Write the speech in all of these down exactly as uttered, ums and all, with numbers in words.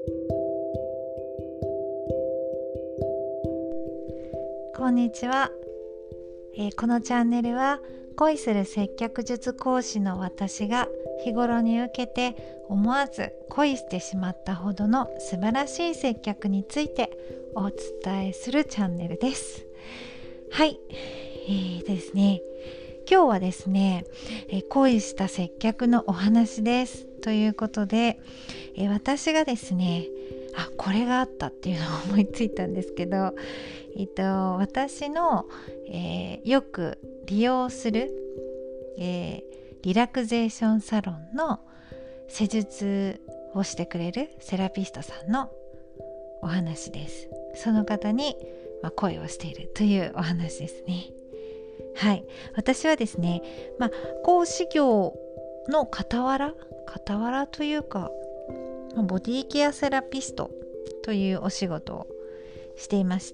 こんにちは、えー、このチャンネルは恋する接客術講師の私が日頃に受けて思わず恋してしまったほどの素晴らしい接客についてお伝えするチャンネルです。はい、えー、ですね今日はですね、えー、恋した接客のお話ですということで、えー、私がですねあこれがあったっていうのを思いついたんですけど、えっと、私の、えー、よく利用する、えー、リラクゼーションサロンの施術をしてくれるセラピストさんのお話です。その方に、まあ、恋をしているというお話ですね。はい、私はですね、まあ、講師業の傍ら傍らというかボディケアセラピストというお仕事をしていまして、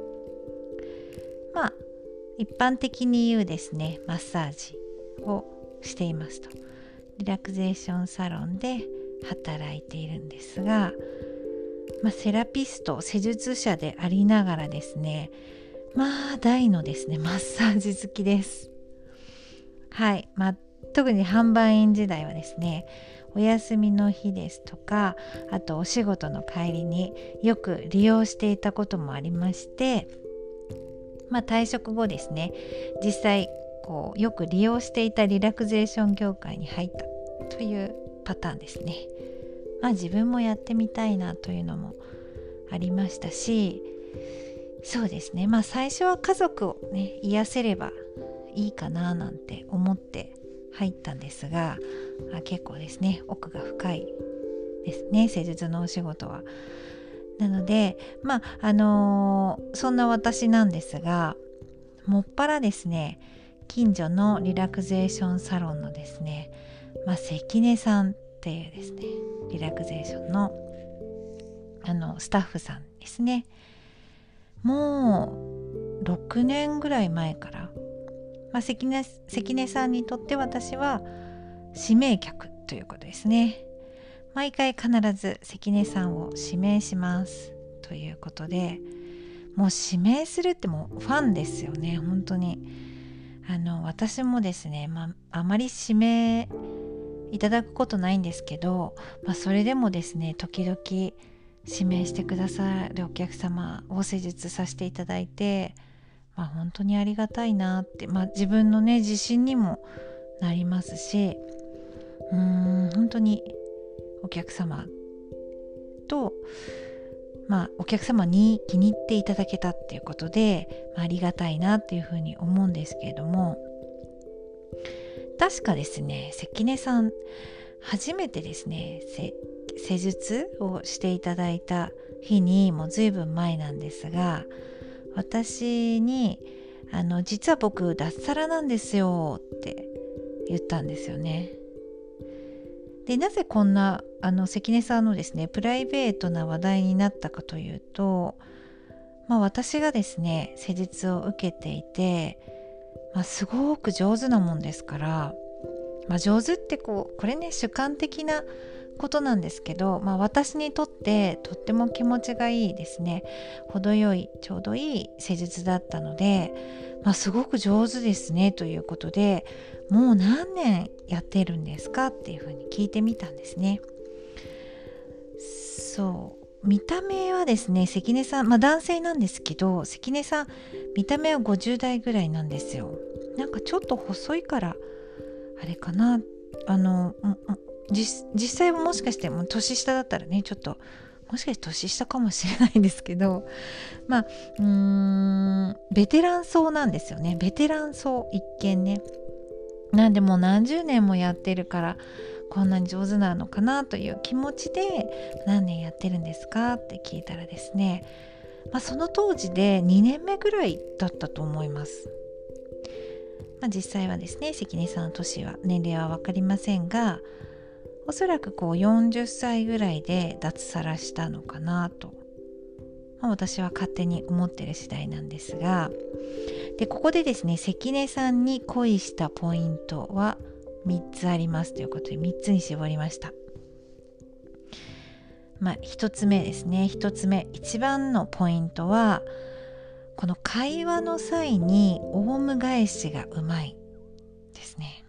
まあ一般的に言うですねマッサージをしていますと。リラクゼーションサロンで働いているんですが、まあ、セラピスト施術者でありながらですね、まあ大のですねマッサージ好きです。はい、まあ、特に販売員時代はですねお休みの日ですとか、あとお仕事の帰りによく利用していたこともありまして、まあ、退職後ですね実際こうよく利用していたリラクゼーション業界に入ったというパターンですね。まあ自分もやってみたいなというのもありましたし、そうですねまあ最初は家族をね癒せればいいかななんて思って入ったんですが、あ結構ですね奥が深いですね施術のお仕事は。なのでまああのー、そんな私なんですが、もっぱらですね近所のリラクゼーションサロンのですね、まあ、関根さんっていうですねリラクゼーションのあのスタッフさんですね、もうろくねんぐらい前から、まあ、関根、関根さんにとって私は指名客ということですね。毎回必ず関根さんを指名しますということで、もう指名するってもうファンですよね本当に。あの私もですね、まあ、あまり指名いただくことないんですけど、まあ、それでもですね時々指名してくださるお客様を施術させていただいて、まあ、本当にありがたいなって、まあ、自分のね自信にもなりますし、うーん本当にお客様と、まあ、お客様に気に入っていただけたっていうことで、まあ、ありがたいなっていうふうに思うんですけれども、確かですね関根さん初めてですね施術をしていただいた日にもうずいぶん前なんですが、私にあの実は僕脱サラなんですよって言ったんですよね。でなぜこんなあの関根さんのですねプライベートな話題になったかというと、まあ、私がですね施術を受けていて、まあ、すごく上手なもんですから、まあ、上手ってこうこれね主観的なことなんですけど、まあ、私にとってとっても気持ちがいいですね程よいちょうどいい施術だったので、まあ、すごく上手ですねということで、もう何年やってるんですかっていうふうに聞いてみたんですね。そう見た目はですね関根さん、まあ、男性なんですけど関根さん見た目はごじゅう代ぐらいなんですよ。なんかちょっと細いからあれかな、あの実, 実際はもしかしてもう年下だったらねちょっともしかして年下かもしれないんですけど、まあうーんベテラン層なんですよね。ベテラン層一見ね。なんでもう何十年もやってるからこんなに上手なのかなという気持ちで何年やってるんですかって聞いたらですね、まあ、その当時でにねんめぐらいだったと思います。まあ、実際はですね関根さんの年は年齢は分かりませんが、おそらくこうよんじゅっさいぐらいで脱サラしたのかなと、まあ、私は勝手に思ってる次第なんですが、でここでですね関根さんに恋したポイントはみっつありますということでみっつに絞りました。 まあ一つ目ですね。一つ目、一番のポイントは、この会話の際にオウム返しがうまいですね。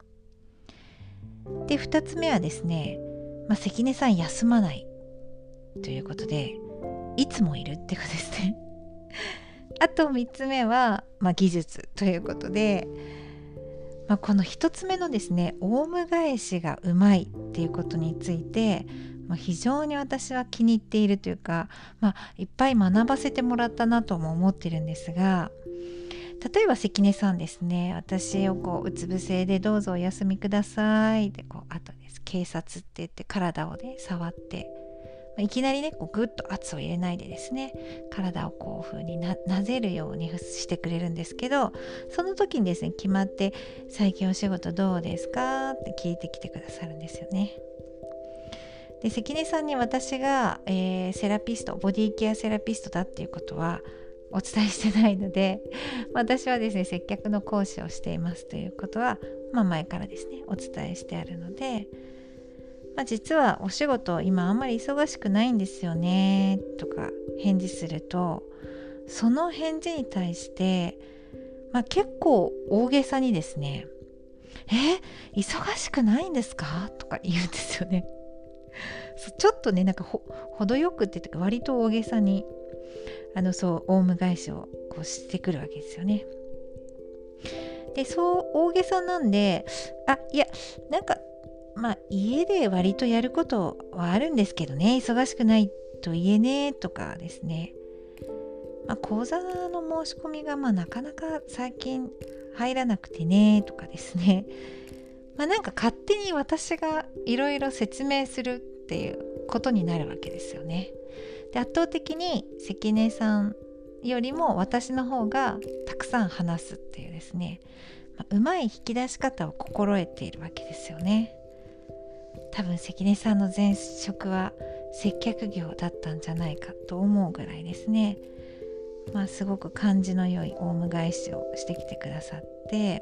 で、二つ目はですね、まあ、関根さん休まないということで、いつもいるってことですね。あとみっつめは、まあ、技術ということで、まあ、このひとつめのですね、オウム返しがうまいっていうことについて、まあ、非常に私は気に入っているというか、まあ、いっぱい学ばせてもらったなとも思ってるんですが、例えば関根さんですね、私をこううつ伏せでどうぞお休みくださいでこう後です警察って言って体をね触って、いきなりねこうグッと圧を入れないでですね、体をこういう風に な, なぜるようにしてくれるんですけど、その時にですね決まって最近お仕事どうですかって聞いてきてくださるんですよね。で、関根さんに私が、えー、セラピストボディケアセラピストだっていうことはお伝えしてないので、私はですね接客の講師をしていますということは、まあ、前からですねお伝えしてあるので、まあ、実はお仕事今あんまり忙しくないんですよねとか返事すると、その返事に対して、まあ、結構大げさにですね、え忙しくないんですかとか言うんですよね。ちょっとねなんかほ程よくって言って割と大げさにあのそうオウム返しをこうしてくるわけですよね。で、そう大げさなんで、あいやなんかまあ家で割とやることはあるんですけどね、忙しくないと言えねとかですね、まあ、講座の申し込みがまあなかなか最近入らなくてねとかですね、まあ、なんか勝手に私がいろいろ説明するっていうことになるわけですよね。で、圧倒的に関根さんよりも私の方がたくさん話すっていうですね、まあ、うまい引き出し方を心得ているわけですよね。多分関根さんの前職は接客業だったんじゃないかと思うぐらいですね、まあ、すごく感じの良いオウム返しをしてきてくださって、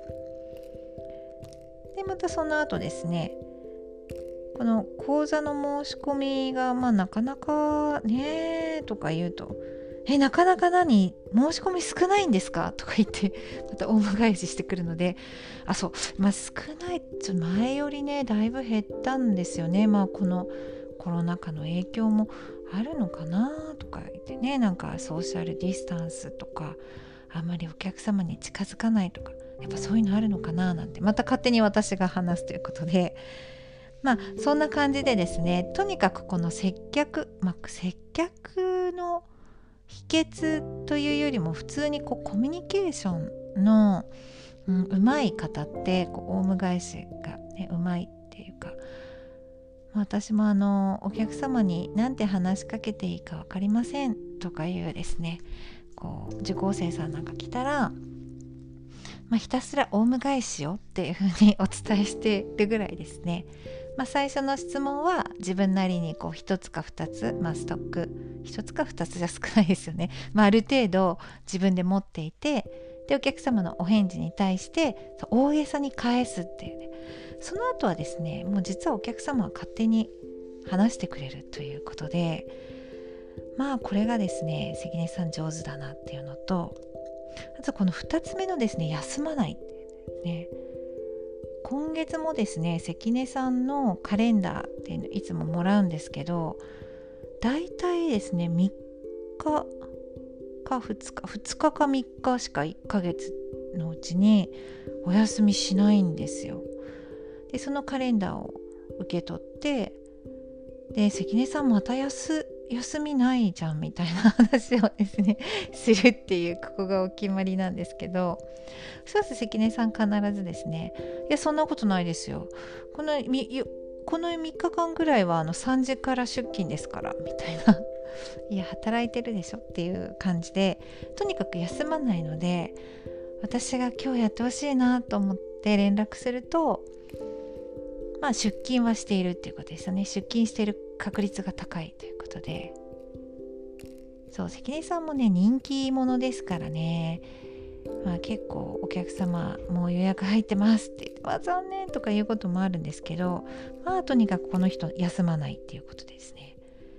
でまたその後ですね、この講座の申し込みがまあなかなかねとか言うと、えなかなか何申し込み少ないんですかとか言ってまたオウム返ししてくるので、あそうまあ少ないちょ前よりねだいぶ減ったんですよね。まあこのコロナ禍の影響もあるのかなとか言ってね、なんかソーシャルディスタンスとかあんまりお客様に近づかないとか、やっぱそういうのあるのかななんてまた勝手に私が話すということで、まあそんな感じでですね、とにかくこの接客、まあ、接客の秘訣というよりも普通にこうコミュニケーションの、うん、うまい方ってこうオウム返しが、ね、うまいっていうか、私もあのお客様に何て話しかけていいか分かりませんとかいうですね、こう受講生さんなんか来たら、まあ、ひたすらオウム返しよっていうふうにお伝えしているぐらいですね。まあ、最初の質問は自分なりにこうひとつかふたつ、まあ、ストックひとつかふたつじゃ少ないですよね、まあ、ある程度自分で持っていて、でお客様のお返事に対して大げさに返すっていうね、その後はですねもう実はお客様は勝手に話してくれるということで、まあこれがですね関根さん上手だなっていうのと、あとこのふたつめのですね休まないっていうね、今月もですね関根さんのカレンダーっていうのいつももらうんですけど、だいたいですねみっかかふつかふつかかみっかしかいっかげつのうちにお休みしないんですよ。でそのカレンダーを受け取って、で関根さんまた休休みないじゃんみたいな話をですねするっていう、ここがお決まりなんですけど、そうすると関根さん必ずですね、いやそんなことないですよ、このみこのみっかかんぐらいはあのさんじから出勤ですからみたいないや働いてるでしょっていう感じで、とにかく休まないので、私が今日やってほしいなと思って連絡すると、まあ出勤はしているっていうことですよね。出勤している確率が高いということで、そう関根さんもね人気者ですからね、まあ、結構お客様もう予約入ってますって言って、まあ、残念とかいうこともあるんですけど、まあとにかくこの人休まないっていうことですね。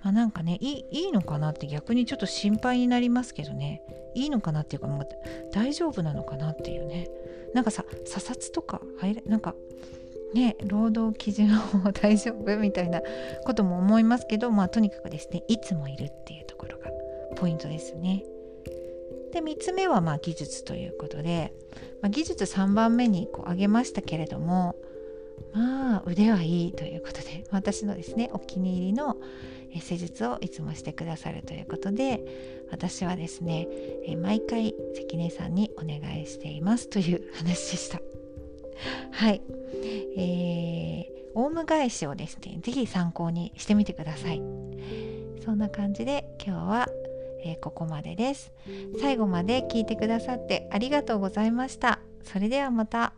まあ、なんかねいい、いいのかなって逆にちょっと心配になりますけどね。いいのかなっていうか、もう大丈夫なのかなっていうね。なんかさ、査察とか入れなんかね、労働基準法大丈夫みたいなことも思いますけど、まあとにかくですね、いつもいるっていうところがポイントですね。でみっつめはまあ技術ということで、まあ、技術さんばんめにこう挙げましたけれども、まあ腕はいいということで、私のですねお気に入りの施術をいつもしてくださるということで、私はですね毎回関根さんにお願いしていますという話でした。はい、えー、オウム返しをですねぜひ参考にしてみてください。そんな感じで今日は、えー、ここまでです。最後まで聞いてくださってありがとうございました。それではまた。